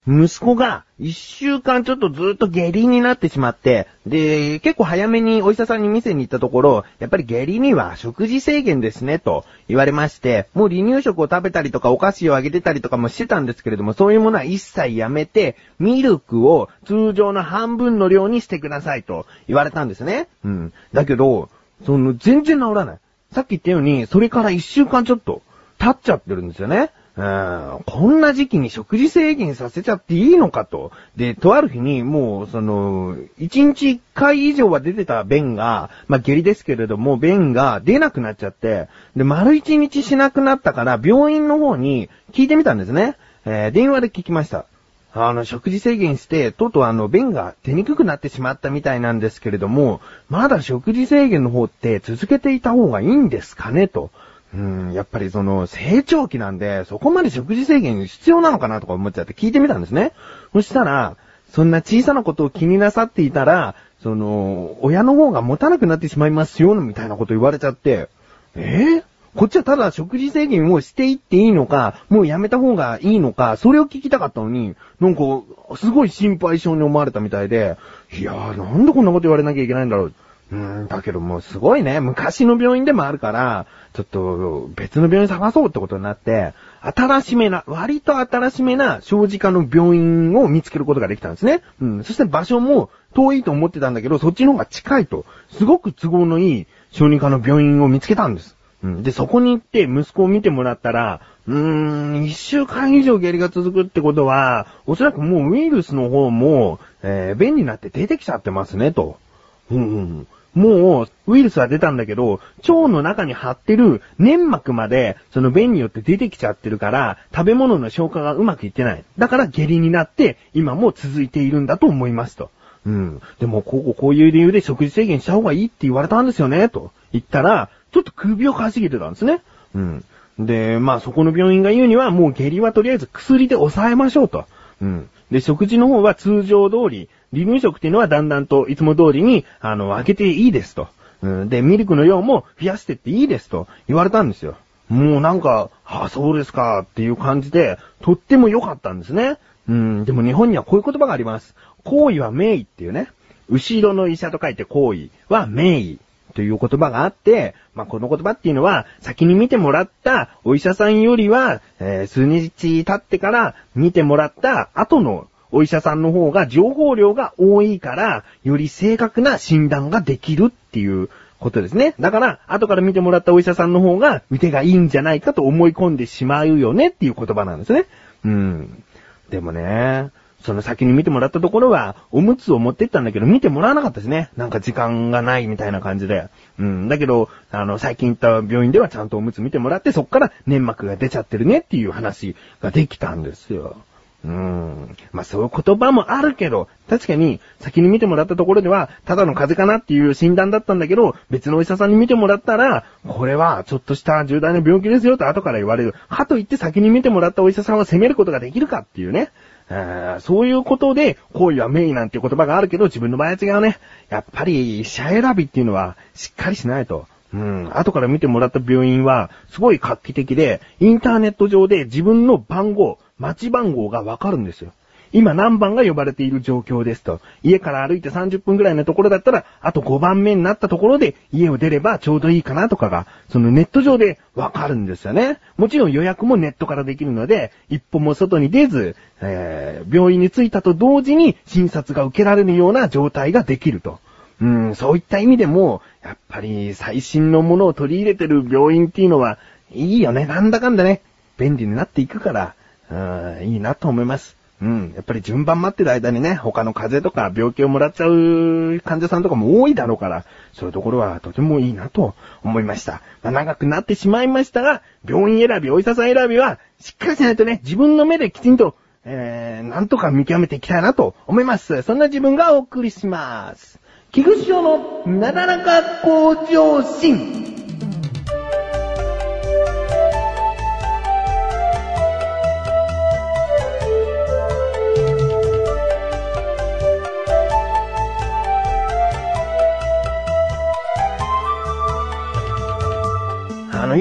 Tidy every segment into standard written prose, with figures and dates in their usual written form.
息子が1週間ちょっとずっと下痢になってしまって、で、結構早めにお医者さんに店に行ったところ、やっぱり下痢には食事制限ですね、と言われまして、もう離乳食を食べたりとかお菓子をあげてたりとかもしてたんですけれども、そういうものは一切やめて、ミルクを通常の半分の量にしてくださいと言われたんですね。だけど、全然治らない。さっき言ったように、それから1週間ちょっと経っちゃってるんですよね。こんな時期に食事制限させちゃっていいのかと。で、とある日にもう、1日1回以上は出てた便が、下痢ですけれども、便が出なくなっちゃって、で、丸1日しなくなったから、病院の方に聞いてみたんですね。電話で聞きました。食事制限して、とうとう便が出にくくなってしまったみたいなんですけれども、まだ食事制限の方って続けていた方がいいんですかねと。やっぱり成長期なんで、そこまで食事制限必要なのかなとか思っちゃって聞いてみたんですね。そしたら、そんな小さなことを気になさっていたら、親の方が持たなくなってしまいますよ、みたいなこと言われちゃって、こっちはただ食事制限をしていっていいのか、もうやめた方がいいのか、それを聞きたかったのに、なんか、すごい心配性に思われたみたいで、いやー、なんでこんなこと言われなきゃいけないんだろう。だけどもうすごいね、昔の病院でもあるから、ちょっと別の病院探そうってことになって、割と新しめな小児科の病院を見つけることができたんですね。そして場所も遠いと思ってたんだけど、そっちの方が近いと、すごく都合のいい小児科の病院を見つけたんです。で、そこに行って息子を見てもらったら、1週間以上下痢が続くってことは、おそらくもうウイルスの方も、便になって出てきちゃってますね、と。もう、ウイルスは出たんだけど、腸の中に張ってる粘膜まで、その便によって出てきちゃってるから、食べ物の消化がうまくいってない。だから下痢になって、今も続いているんだと思いますと。でも、こういう理由で食事制限した方がいいって言われたんですよね、と言ったら、ちょっと首をかしげてたんですね。で、そこの病院が言うには、もう下痢はとりあえず薬で抑えましょうと。で、食事の方は通常通り、離乳食っていうのはだんだんといつも通りに、開けていいですと。で、ミルクの量も増やしてっていいですと言われたんですよ。もうなんか、そうですかっていう感じで、とっても良かったんですね。でも日本にはこういう言葉があります。行為は名医っていうね。後ろの医者と書いて行為は名医という言葉があって、この言葉っていうのは、先に見てもらったお医者さんよりは、数日経ってから見てもらった後のお医者さんの方が情報量が多いから、より正確な診断ができるっていうことですね。だから、後から見てもらったお医者さんの方が腕がいいんじゃないかと思い込んでしまうよねっていう言葉なんですね。でもね、その先に見てもらったところは、おむつを持ってったんだけど、見てもらわなかったですね。なんか時間がないみたいな感じで。だけど、最近行った病院ではちゃんとおむつ見てもらって、そっから粘膜が出ちゃってるねっていう話ができたんですよ。そういう言葉もあるけど、確かに先に見てもらったところでは、ただの風邪かなっていう診断だったんだけど、別のお医者さんに見てもらったら、これはちょっとした重大な病気ですよと後から言われる。かといって先に見てもらったお医者さんを責めることができるかっていうね。そういうことで、行為は名医なんていう言葉があるけど、自分の場合は違うね。やっぱり、医者選びっていうのは、しっかりしないと。後から見てもらった病院は、すごい画期的で、インターネット上で自分の番号、待ち番号がわかるんですよ。今何番が呼ばれている状況ですと。家から歩いて30分ぐらいのところだったら、あと5番目になったところで家を出ればちょうどいいかなとかが、そのネット上でわかるんですよね。もちろん予約もネットからできるので、一歩も外に出ず、病院に着いたと同時に診察が受けられるような状態ができると。そういった意味でも、やっぱり最新のものを取り入れてる病院っていうのは、いいよね。なんだかんだね。便利になっていくから、いいなと思います。やっぱり順番待ってる間にね、他の風邪とか病気をもらっちゃう患者さんとかも多いだろうから、そういうところはとてもいいなと思いました。長くなってしまいましたが、病院選び、お医者さん選びは、しっかりしないとね、自分の目できちんと、なんとか見極めていきたいなと思います。そんな自分がお送りします。菊師匠のなだらか向上心。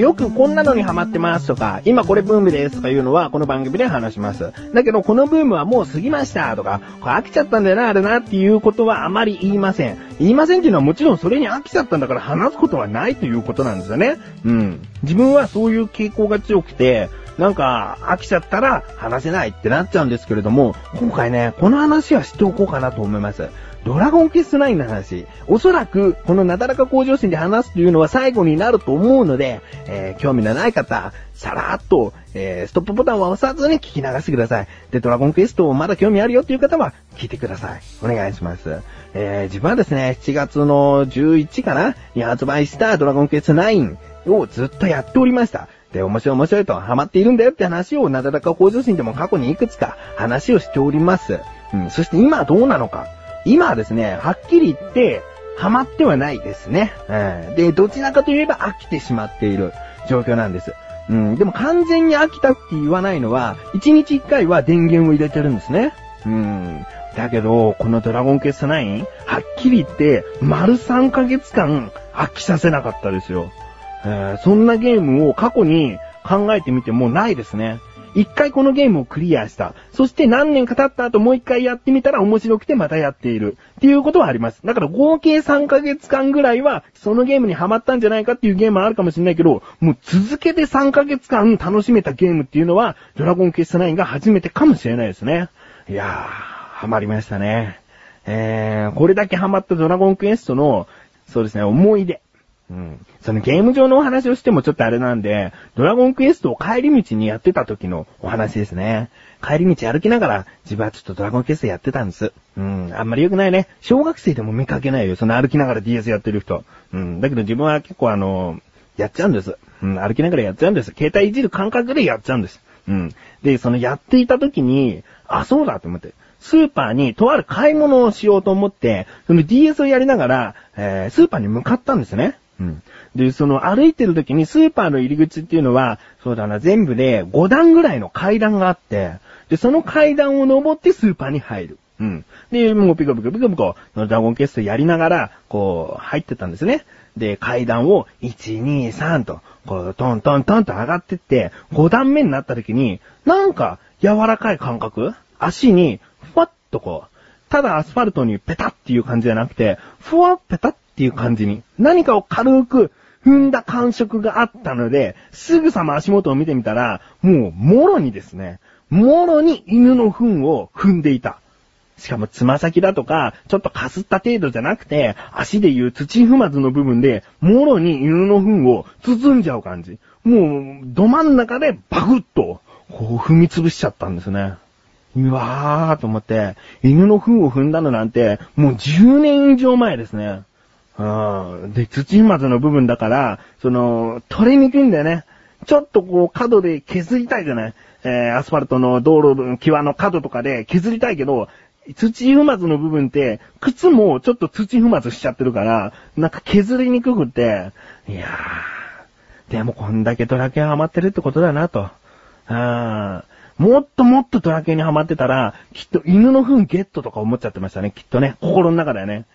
よくこんなのにハマってますとか、今これブームですとかいうのはこの番組で話します。だけどこのブームはもう過ぎましたとか、これ飽きちゃったんだよな、あれなっていうことはあまり言いません。言いませんっていうのはもちろんそれに飽きちゃったんだから話すことはないということなんですよね。自分はそういう傾向が強くて、なんか飽きちゃったら話せないってなっちゃうんですけれども、今回ね、この話はしておこうかなと思います。ドラゴンクエスト9の話。おそらく、このなだらか向上心で話すというのは最後になると思うので、興味のない方、さらっと、ストップボタンを押さずに聞き流してください。で、ドラゴンクエストまだ興味あるよっていう方は、聞いてください。お願いします。自分はですね、7月の11かなに発売したドラゴンクエスト9をずっとやっておりました。で、面白いとハマっているんだよって話をなだらか向上心でも過去にいくつか話をしております。そして今はどうなのか。今はですね、はっきり言って、ハマってはないですね。で、どちらかといえば飽きてしまっている状況なんです。でも完全に飽きたって言わないのは、1日1回は電源を入れてるんですね。だけど、このドラゴンクエスト9、はっきり言って、丸3ヶ月間飽きさせなかったですよ。そんなゲームを過去に考えてみてもないですね。一回このゲームをクリアした。そして何年か経った後もう一回やってみたら面白くてまたやっている。っていうことはあります。だから合計3ヶ月間ぐらいはそのゲームにハマったんじゃないかっていうゲームはあるかもしれないけど、もう続けて3ヶ月間楽しめたゲームっていうのはドラゴンクエスト9が初めてかもしれないですね。いやー、ハマりましたね。これだけハマったドラゴンクエストの、そうですね、思い出。そのゲーム上のお話をしてもちょっとあれなんで、ドラゴンクエストを帰り道にやってた時のお話ですね。帰り道歩きながら自分はちょっとドラゴンクエストやってたんです。あんまり良くないね。小学生でも見かけないよ。その歩きながら DS やってる人。だけど自分は結構やっちゃうんです。歩きながらやっちゃうんです。携帯いじる感覚でやっちゃうんです。で、そのやっていた時に、そうだと思って。スーパーにとある買い物をしようと思って、その DS をやりながら、スーパーに向かったんですね。で、その歩いてる時にスーパーの入り口っていうのは、そうだな、全部で5段ぐらいの階段があって、で、その階段を登ってスーパーに入る。で、もうピコピコ、ドラゴンクエストやりながら、こう、入ってたんですね。で、階段を1、2、3と、こう、トントントンと上がってって、5段目になった時に、なんか、柔らかい感覚？足に、ふわっとこう、ただアスファルトにペタッっていう感じじゃなくて、ふわっペタッっていう感じに、何かを軽く踏んだ感触があったので、すぐさま足元を見てみたら、もう、もろにですね、もろに犬の糞を踏んでいた。しかもつま先だとか、ちょっとかすった程度じゃなくて、足でいう土踏まずの部分で、もろに犬の糞を包んじゃう感じ。もう、ど真ん中でバグッと、こう踏み潰しちゃったんですね。うわーと思って、犬の糞を踏んだのなんて、もう10年以上前ですね。で、土踏まずの部分だから、取れにくいんだよね。ちょっとこう、角で削りたいじゃない。アスファルトの道路の際の角とかで削りたいけど、土踏まずの部分って、靴もちょっと土踏まずしちゃってるから、なんか削りにくくて、いやー、でもこんだけドラケンハマってるってことだなと。もっともっとドラケンにハマってたら、きっと犬の糞ゲットとか思っちゃってましたね、きっとね。心の中だよね。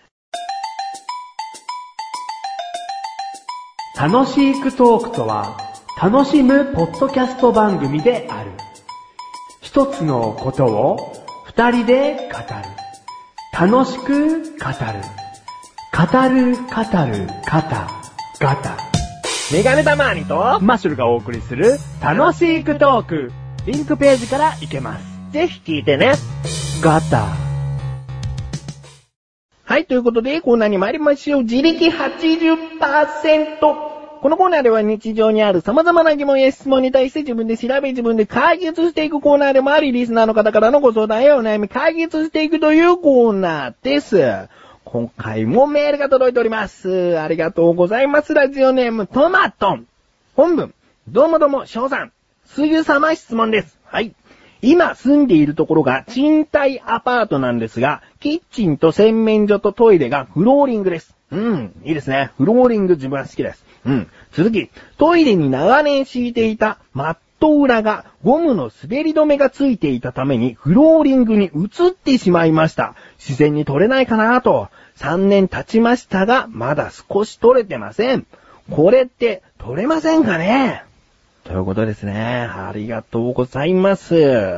楽しいクトークとは、楽しむポッドキャスト番組である。一つのことを二人で語る。楽しく語る。語る、ガタ。 メガネたまーにとマッシュルがお送りする楽しいクトーク。リンクページから行けます。 ぜひ聞いてね。 ガタ。 はい、ということで、コーナーに参りましょう。自力 80%。このコーナーでは日常にある様々な疑問や質問に対して自分で調べ自分で解決していくコーナーでもあり、リスナーの方からのご相談やお悩み解決していくというコーナーです。今回もメールが届いております。ありがとうございます。ラジオネームトマトン。本文、どうも、翔さん。すぐさま質問です。はい。今住んでいるところが賃貸アパートなんですが、キッチンと洗面所とトイレがフローリングです。いいですね。フローリング自分は好きです。続き、トイレに長年敷いていたマット裏がゴムの滑り止めがついていたためにフローリングに移ってしまいました。自然に取れないかなと。3年経ちましたが、まだ少し取れてません。 これって取れませんかね？ということですね。ありがとうございます。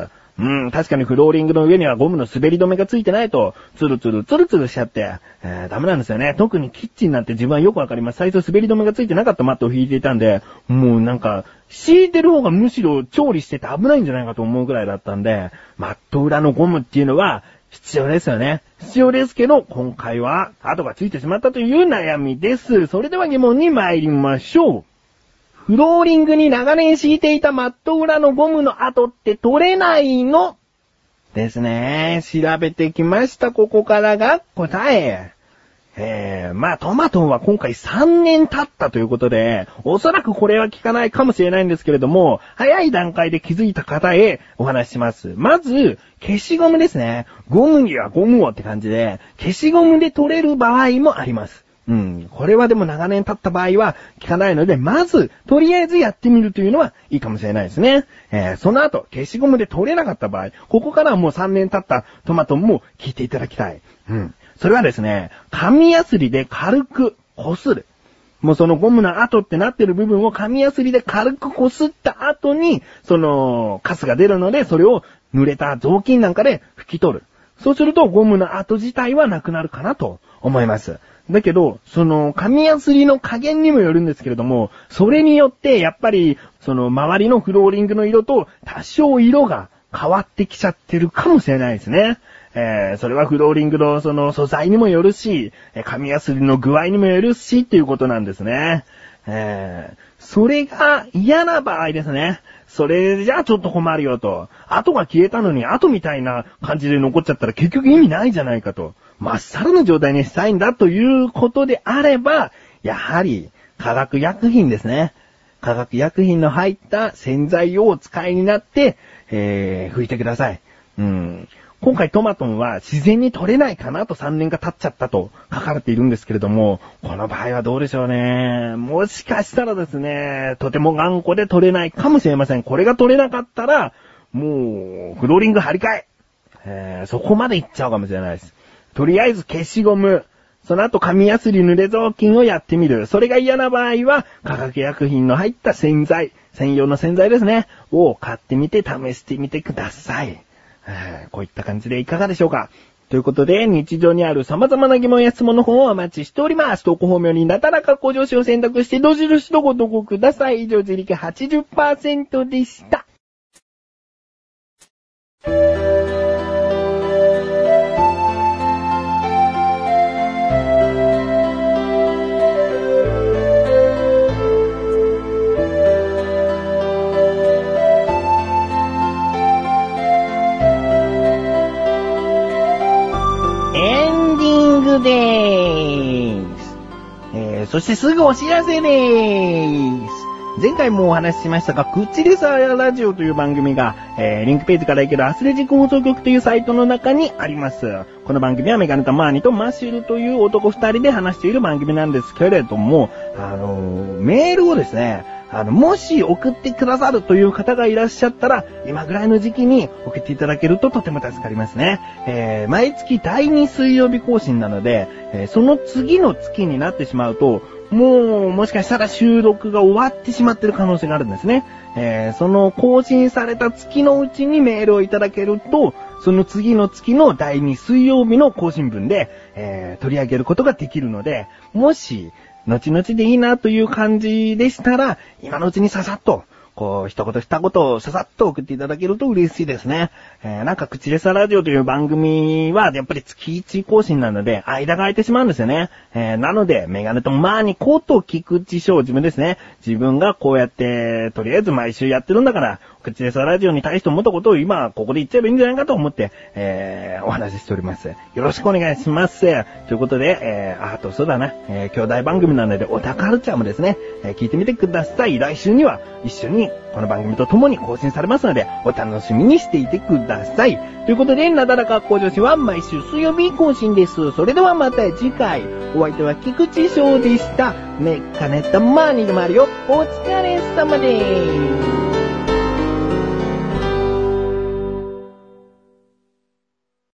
確かにフローリングの上にはゴムの滑り止めがついてないと、ツルツルしちゃって、ダメなんですよね。特にキッチンなんて自分はよくわかります。最初滑り止めがついてなかったマットを引いていたんで、もうなんか、敷いてる方がむしろ調理してて危ないんじゃないかと思うぐらいだったんで、マット裏のゴムっていうのは必要ですよね。必要ですけど、今回は跡がついてしまったという悩みです。それでは疑問に参りましょう。フローリングに長年敷いていたマット裏のゴムの跡って取れないの？ですね。調べてきました。ここからが答え。トマトンは今回3年経ったということで、おそらくこれは効かないかもしれないんですけれども、早い段階で気づいた方へお話しします。まず、消しゴムですね。ゴムにはゴムをって感じで、消しゴムで取れる場合もあります。これはでも長年経った場合は効かないので、まず、とりあえずやってみるというのはいいかもしれないですね。その後、消しゴムで取れなかった場合、ここからはもう3年経ったトマトンも聞いていただきたい。それはですね、紙やすりで軽く擦る。もうそのゴムの跡ってなってる部分を紙やすりで軽く擦った後に、そのカスが出るので、それを濡れた雑巾なんかで拭き取る。そうするとゴムの跡自体はなくなるかなと思います。だけど、その紙やすりの加減にもよるんですけれども、それによってやっぱりその周りのフローリングの色と多少色が変わってきちゃってるかもしれないですね。それはフローリングのその素材にもよるし、紙やすりの具合にもよるしっていうことなんですね。それが嫌な場合ですね。それじゃあちょっと困るよと。跡が消えたのに跡みたいな感じで残っちゃったら結局意味ないじゃないかと。まっさらな状態にしたいんだということであれば、やはり化学薬品ですね。化学薬品の入った洗剤をお使いになって、拭いてください。今回トマトンは自然に取れないかなと3年が経っちゃったと書かれているんですけれども、この場合はどうでしょうね。もしかしたらですね、とても頑固で取れないかもしれません。これが取れなかったら、もうフローリング張り替え、そこまでいっちゃうかもしれないです。とりあえず消しゴム、その後紙やすり濡れ雑巾をやってみる。それが嫌な場合は化学薬品の入った洗剤、専用の洗剤ですね、を買ってみて試してみてください。こういった感じでいかがでしょうか。ということで、日常にある様々な疑問や質問の方をお待ちしております。投稿方面になだらか向上心を選択してどしどしとご投稿ください。以上、自力 80% でした。そしてすぐお知らせでーす。前回もお話ししましたが、クッチレサーラジオという番組が、リンクページから行けるアスレチック放送局というサイトの中にあります。この番組はメガネとマーニとマッシュルという男二人で話している番組なんですけれども、メールをですね、もし送ってくださるという方がいらっしゃったら、今ぐらいの時期に送っていただけるととても助かりますね。毎月第2水曜日更新なので、その次の月になってしまうと、もしかしたら収録が終わってしまっている可能性があるんですね。その更新された月のうちにメールをいただけると、その次の月の第2水曜日の更新分で、取り上げることができるので、もし、後々でいいなという感じでしたら、今のうちにささっと、一言二言をささっと送っていただけると嬉しいですね。なんか口レサラジオという番組はやっぱり月1更新なので間が空いてしまうんですよね。なのでメガネとマーニこと菊池翔自分ですね。自分がこうやってとりあえず毎週やってるんだから口レサラジオに対して思ったことを今ここで言っちゃえばいいんじゃないかと思って、お話ししております。よろしくお願いします。ということで、あとそうだな、兄弟番組なのでオタカルチャーもですね、聞いてみてください。来週には一緒にこの番組と共に更新されますので、お楽しみにしていてください。ということで、なだらか向上心は毎週水曜日更新です。それではまた次回。お相手は菊池翔でした。メガネとマーニでもあるよ。お疲れ様です。